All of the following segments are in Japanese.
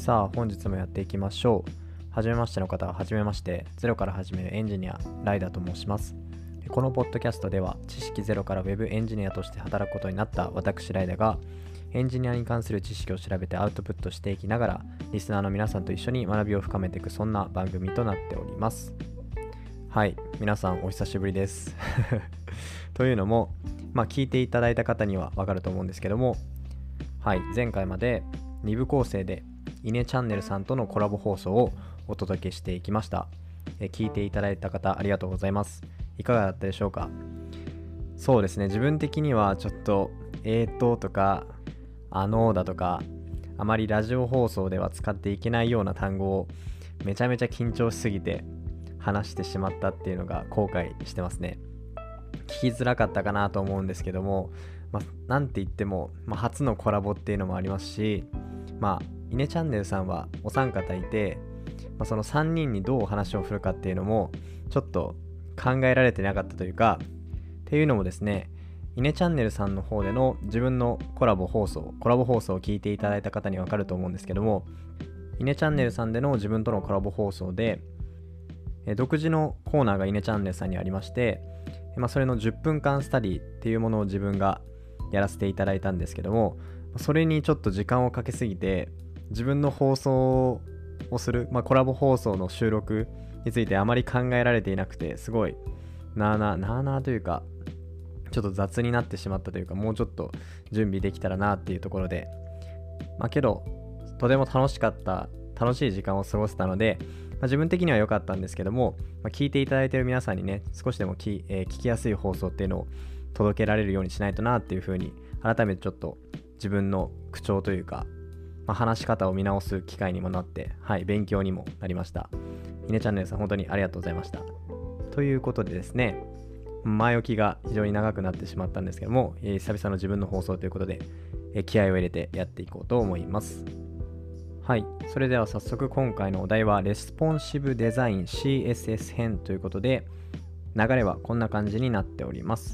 さあ本日もやっていきましょう。初めましての方は初めまして、ゼロから始めるエンジニアライダーと申します。このポッドキャストでは知識ゼロからウェブエンジニアとして働くことになった私ライダーがエンジニアに関する知識を調べてアウトプットしていきながらリスナーの皆さんと一緒に学びを深めていく、そんな番組となっております。はい、皆さんお久しぶりですというのも、聞いていただいた方にはわかると思うんですけども、はい、前回まで2部構成でイネチャンネルさんとのコラボ放送をお届けしていきました。聞いていただいた方ありがとうございます。いかがだったでしょうか。そうですね、自分的にはちょっととかだとかあまりラジオ放送では使っていけないような単語をめちゃめちゃ緊張しすぎて話してしまったっていうのが後悔してますね。聞きづらかったかなと思うんですけども、なんて言っても、初のコラボっていうのもありますし、イネチャンネルさんはお三方いて、その3人にどうお話を振るかっていうのもちょっと考えられてなかったというか、っていうのもですね、イネチャンネルさんの方での自分のコラボ放送を聞いていただいた方にわかると思うんですけども、イネチャンネルさんでの自分とのコラボ放送で独自のコーナーがイネチャンネルさんにありまして、それの10分間スタディっていうものを自分がやらせていただいたんですけども、それにちょっと時間をかけすぎて自分の放送をする、コラボ放送の収録についてあまり考えられていなくて、すごいなあなあというかちょっと雑になってしまったというか、もうちょっと準備できたらなっていうところで、けどとても楽しい時間を過ごせたので、自分的には良かったんですけども、聞いていただいている皆さんにね、少しでも聞きやすい放送っていうのを届けられるようにしないとなっていうふうに改めてちょっと自分の口調というか、話し方を見直す機会にもなって、勉強にもなりました。イネチャンネルさん本当にありがとうございました。ということでですね、前置きが非常に長くなってしまったんですけども、久々の自分の放送ということで、気合を入れてやっていこうと思います。はい、それでは早速今回のお題はレスポンシブデザイン CSS 編ということで、流れはこんな感じになっております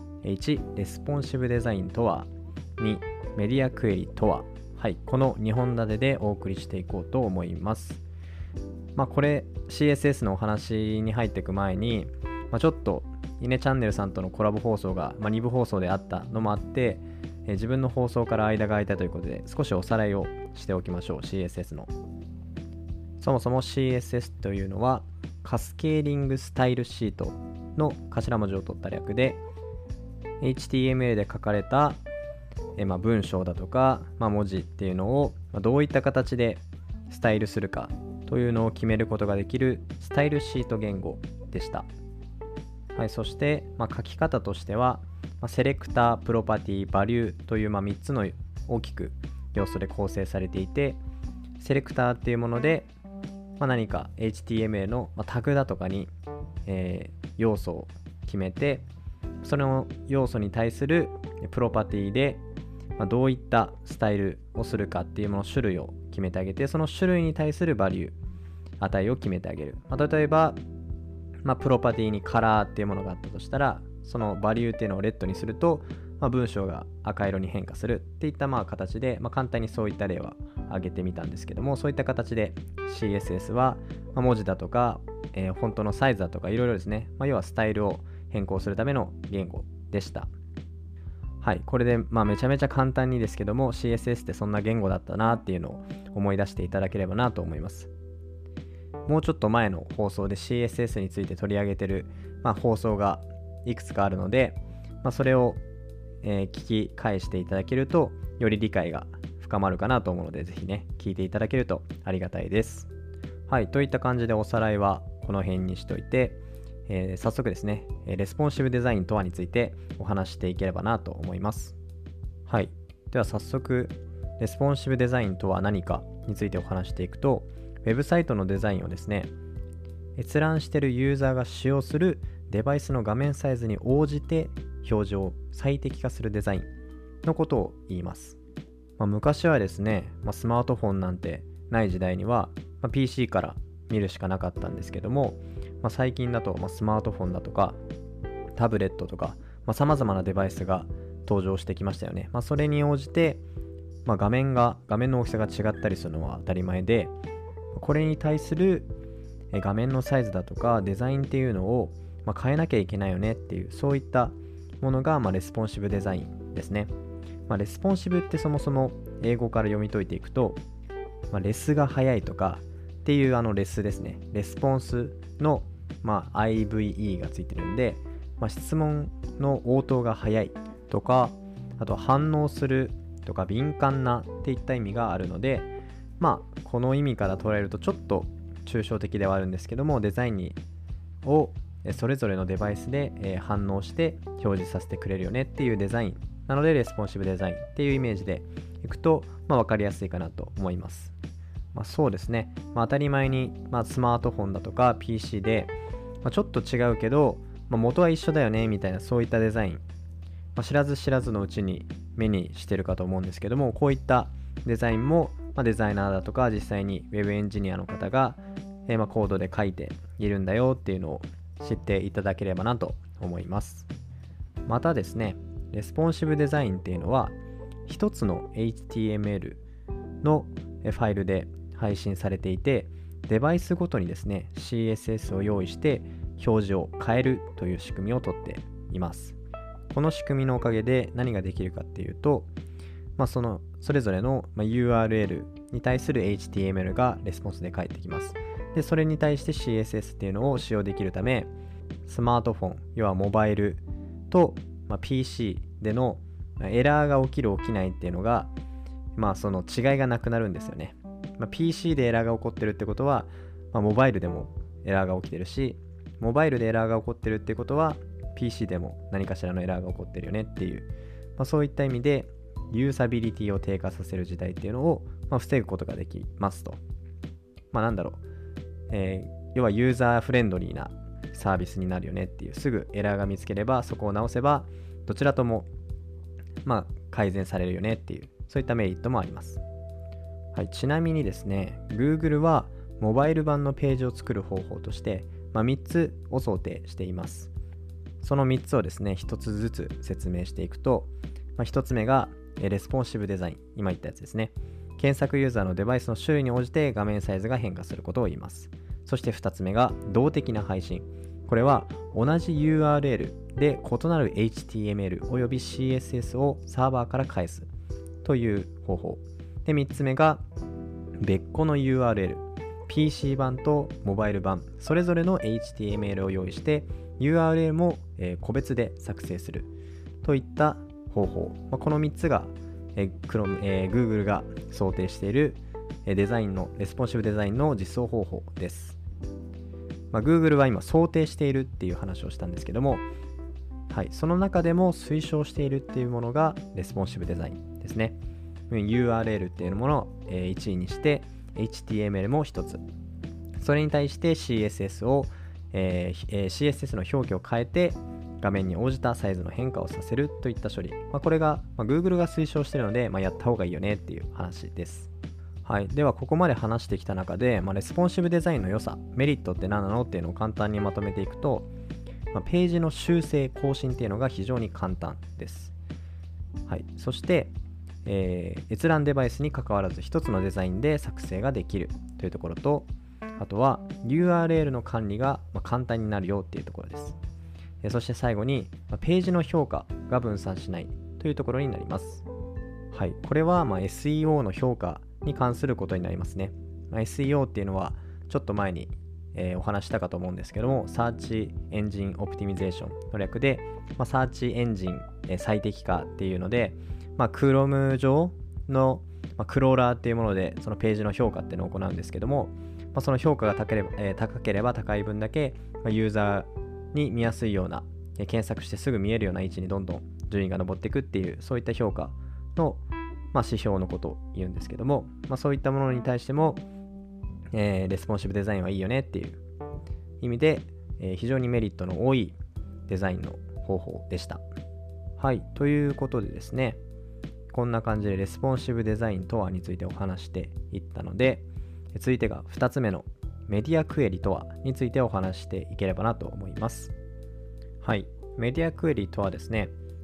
。1、レスポンシブデザインとは。2、メディアクエリとは。この2本立てでお送りしていこうと思います。これ CSS のお話に入っていく前に、ちょっとイネチャンネルさんとのコラボ放送が、2部放送であったのもあって、自分の放送から間が空いたということで少しおさらいをしておきましょう。 CSS のそもそも CSS というのはカスケーリングスタイルシートの頭文字を取った略で、 HTML で書かれた文章だとか、文字っていうのをどういった形でスタイルするかというのを決めることができるスタイルシート言語でした。そして、書き方としてはセレクター、プロパティ、バリューという3つの大きく要素で構成されていて、セレクターっていうもので、何か HTML のタグだとかに、要素を決めて、その要素に対するプロパティで、どういったスタイルをするかっていうもの種類を決めてあげて、その種類に対するバリュー値を決めてあげる。例えば、プロパティにカラーっていうものがあったとしたら、そのバリューっていうのをレッドにすると、文章が赤色に変化するっていった形で、簡単にそういった例は挙げてみたんですけども、そういった形で CSS は、文字だとか、フォントのサイズだとかいろいろですね、要はスタイルを変更するための言語でした。これでめちゃめちゃ簡単にですけども CSS ってそんな言語だったなっていうのを思い出していただければなと思います。もうちょっと前の放送で CSS について取り上げてる、放送がいくつかあるので、それを、聞き返していただけるとより理解が深まるかなと思うので、ぜひね聞いていただけるとありがたいです。といった感じでおさらいはこの辺にしといて、早速ですね、レスポンシブデザインとはについてお話していければなと思います。では早速レスポンシブデザインとは何かについてお話していくと、ウェブサイトのデザインをですね、閲覧しているユーザーが使用するデバイスの画面サイズに応じて表示を最適化するデザインのことを言います。昔はですね、スマートフォンなんてない時代には、PC から見るしかなかったんですけども、最近だと、スマートフォンだとかタブレットとか、様々なデバイスが登場してきましたよね。それに応じて画面の大きさが違ったりするのは当たり前で、これに対する画面のサイズだとかデザインっていうのを変えなきゃいけないよねっていう、そういったものがレスポンシブデザインですね。レスポンシブってそもそも英語から読み解いていくと、レスが速いとかっていうレスですね。レスポンスの、IVE がついてるんで、質問の応答が速いとか、あと反応するとか敏感なっていった意味があるので、この意味から捉えるとちょっと抽象的ではあるんですけども、デザインをそれぞれのデバイスで反応して表示させてくれるよねっていうデザインなので、レスポンシブデザインっていうイメージでいくと分かりやすいかなと思います。そうですね、当たり前にスマートフォンだとか PC でちょっと違うけど元は一緒だよねみたいな、そういったデザイン、知らず知らずのうちに目にしてるかと思うんですけども、こういったデザインもデザイナーだとか実際に Web エンジニアの方がコードで書いているんだよっていうのを知っていただければなと思います。またですね、レスポンシブデザインっていうのは一つの HTML のファイルで配信されていて、デバイスごとにですね CSS を用意して表示を変えるという仕組みをとっています。この仕組みのおかげで何ができるかっていうと、それぞれの URL に対する HTML がレスポンスで返ってきます。で、それに対して CSS っていうのを使用できるため、スマートフォン、要はモバイルと、PC でのエラーが起きる起きないっていうのが、その違いがなくなるんですよね。PC でエラーが起こってるってことは、モバイルでもエラーが起きてるし、モバイルでエラーが起こってるってことは PC でも何かしらのエラーが起こってるよねっていう、そういった意味でユーザビリティを低下させる事態っていうのを、防ぐことができますと。要はユーザーフレンドリーなサービスになるよねっていう、すぐエラーが見つければそこを直せばどちらとも改善されるよねっていう、そういったメリットもあります。はい、ちなみにですね、Google はモバイル版のページを作る方法として、3つを想定しています。その3つをですね、1つずつ説明していくと、1つ目がレスポンシブデザイン、今言ったやつですね。検索ユーザーのデバイスの種類に応じて画面サイズが変化することを言います。そして2つ目が動的な配信。これは同じ URL で異なる HTML および CSS をサーバーから返すという方法。で、3つ目が別個の URL、PC 版とモバイル版、それぞれの HTML を用意して URL も個別で作成するといった方法。この3つがGoogle が想定しているデザインのレスポンシブデザインの実装方法です。Google は今想定しているっていう話をしたんですけども、その中でも推奨しているっていうものがレスポンシブデザインですね。URL っていうものを1位にして HTML も1つ、それに対して CSS を、CSS の表記を変えて画面に応じたサイズの変化をさせるといった処理、これが、Google が推奨しているので、やった方がいいよねっていう話です。ではここまで話してきた中で、レスポンシブデザインの良さ、メリットって何なのっていうのを簡単にまとめていくと、ページの修正更新っていうのが非常に簡単です。そして、閲覧デバイスに関わらず一つのデザインで作成ができるというところと、あとは URL の管理が簡単になるよっていうところです。そして最後にページの評価が分散しないというところになります。これはSEO の評価に関することになりますね。SEO っていうのはちょっと前にお話したかと思うんですけども、サーチエンジンオプティミゼーションの略で、サーチエンジン最適化っていうので、Chrome 上のクローラーっていうものでそのページの評価っていうのを行うんですけども、その評価が高ければ高い分だけユーザーに見やすいような、検索してすぐ見えるような位置にどんどん順位が上っていくっていう、そういった評価の、指標のことを言うんですけども、そういったものに対しても、レスポンシブデザインはいいよねっていう意味で、非常にメリットの多いデザインの方法でした。ということでですね、こんな感じでレスポンシブデザインとはについてお話していったので、続いてが2つ目のメディアクエリとはについてお話していければなと思います。メディアクエリとはですね、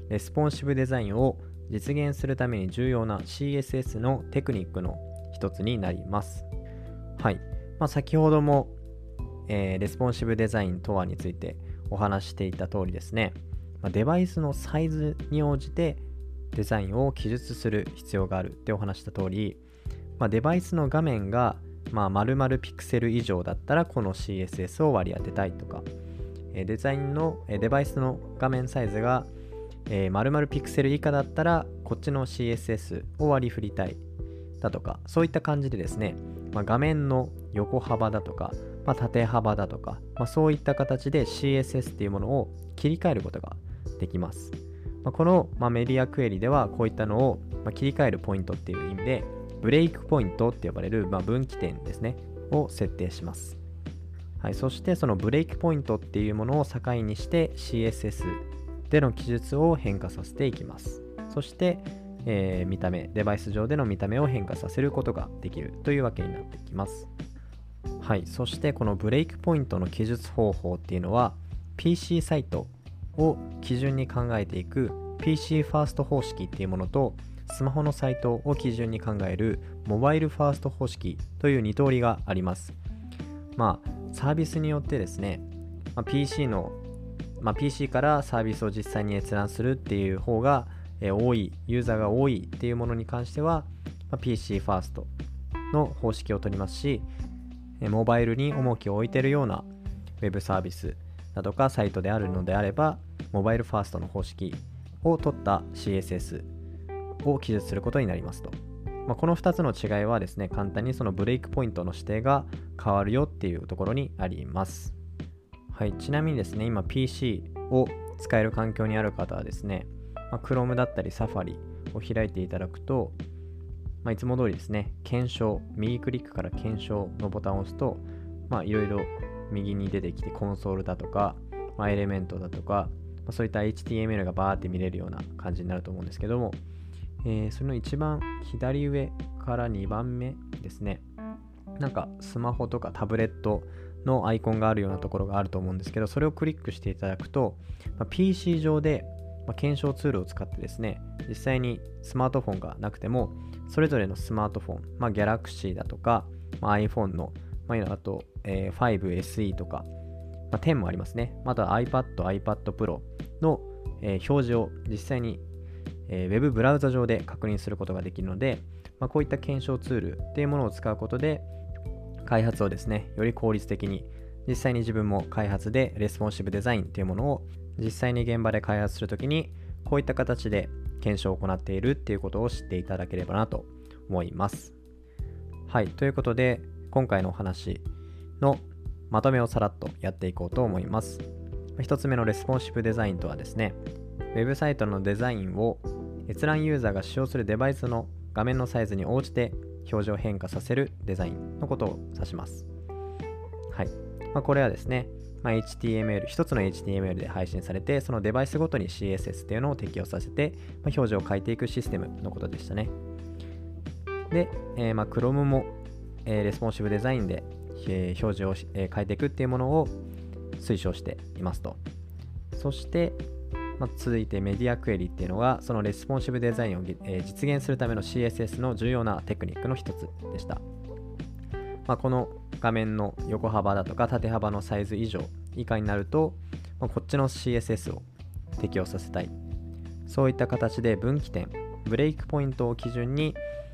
レスポンシブデザインを実現するために重要な CSS のテクニックの一つになります。はい。先ほども、レスポンシブデザインとはについてお話していた通りですね、デバイスのサイズに応じてデザインを記述する必要があるってお話した通り、デバイスの画面が丸々ピクセル以上だったらこの CSS を割り当てたいとか、デバイスの画面サイズが丸々ピクセル以下だったらこっちの CSS を割り振りたいだとか、そういった感じでですね、画面の横幅だとか、縦幅だとか、そういった形で CSS っていうものを切り替えることができます。この、メディアクエリではこういったのを、切り替えるポイントっていう意味でブレイクポイントって呼ばれる、分岐点ですねを設定します。はい、そしてそのブレイクポイントっていうものを境にして CSS での記述を変化させていきます。そして、見た目、デバイス上での見た目を変化させることができるというわけになってきます。はい、そしてこのブレイクポイントの記述方法っていうのは PC サイトを基準に考えていく PC ファースト方式っていうものと、スマホのサイトを基準に考えるモバイルファースト方式という2通りがあります。サービスによってですね、PC からサービスを実際に閲覧するっていう方が多い、ユーザーが多いっていうものに関しては、PC ファーストの方式を取りますし、モバイルに重きを置いているようなウェブサービスだとかサイトであるのであれば、モバイルファーストの方式を取った CSS を記述することになりますと。この2つの違いはですね、簡単にそのブレイクポイントの指定が変わるよっていうところにあります。はい、ちなみにですね、今 PC を使える環境にある方はですね、Chrome だったり Safari を開いていただくと、いつも通りですね、検証、右クリックから検証のボタンを押すと、いろいろ右に出てきてコンソールだとか、エレメントだとか、そういった HTML がバーって見れるような感じになると思うんですけども、その一番左上から2番目ですね、スマホとかタブレットのアイコンがあるようなところがあると思うんですけど、それをクリックしていただくと、PC 上で検証ツールを使ってですね、実際にスマートフォンがなくてもそれぞれのスマートフォン、Galaxy だとか、iPhone の、あと、5SE とか、10もありますね。あとは iPad、iPad Pro の、表示を実際に、ウェブブラウザ上で確認することができるので、こういった検証ツールっていうものを使うことで開発をですね、より効率的に、実際に自分も開発でレスポンシブデザインっていうものを実際に現場で開発するときにこういった形で検証を行っているっていうことを知っていただければなと思います。はい、ということで今回のお話のまとめをさらっとやっていこうと思います。一つ目のレスポンシブデザインとはですね、ウェブサイトのデザインを閲覧ユーザーが使用するデバイスの画面のサイズに応じて表示を変化させるデザインのことを指します。はい。これはですね、HTML、一つの HTML で配信されて、そのデバイスごとに CSS っていうのを適用させて、表示を変えていくシステムのことでしたね。で、Chrome も、レスポンシブデザインで、表示を、変えていくっていうものを推奨していますと。そして、続いてメディアクエリっていうのがそのレスポンシブデザインを、実現するための CSS の重要なテクニックの一つでした。この画面の横幅だとか縦幅のサイズ以上以下になると、こっちの CSS を適用させたい。そういった形で分岐点、ブレイクポイントを基準に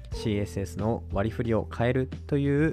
CSS の割り振りを変えるという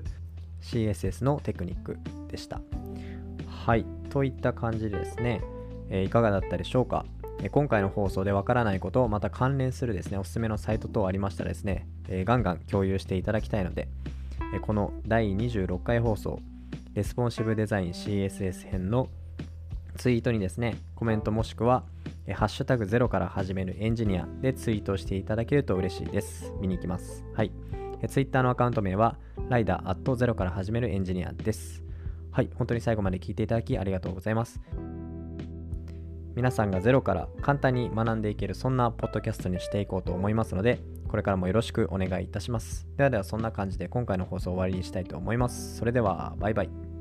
CSS のテクニックでした。はい、といった感じでですね、いかがだったでしょうか。今回の放送でわからないことをまた関連するですね、おすすめのサイト等ありましたらですね、ガンガン共有していただきたいので、この第26回放送レスポンシブデザイン CSS 編のツイートにですね、コメントもしくはハッシュタグ0から始めるエンジニアでツイートしていただけると嬉しいです。見に行きます。はい。ツイッターのアカウント名はライダー@0から始めるエンジニアです。はい。本当に最後まで聞いていただきありがとうございます。皆さんがゼロから簡単に学んでいける、そんなポッドキャストにしていこうと思いますので、これからもよろしくお願いいたします。ではそんな感じで今回の放送を終わりにしたいと思います。それではバイバイ。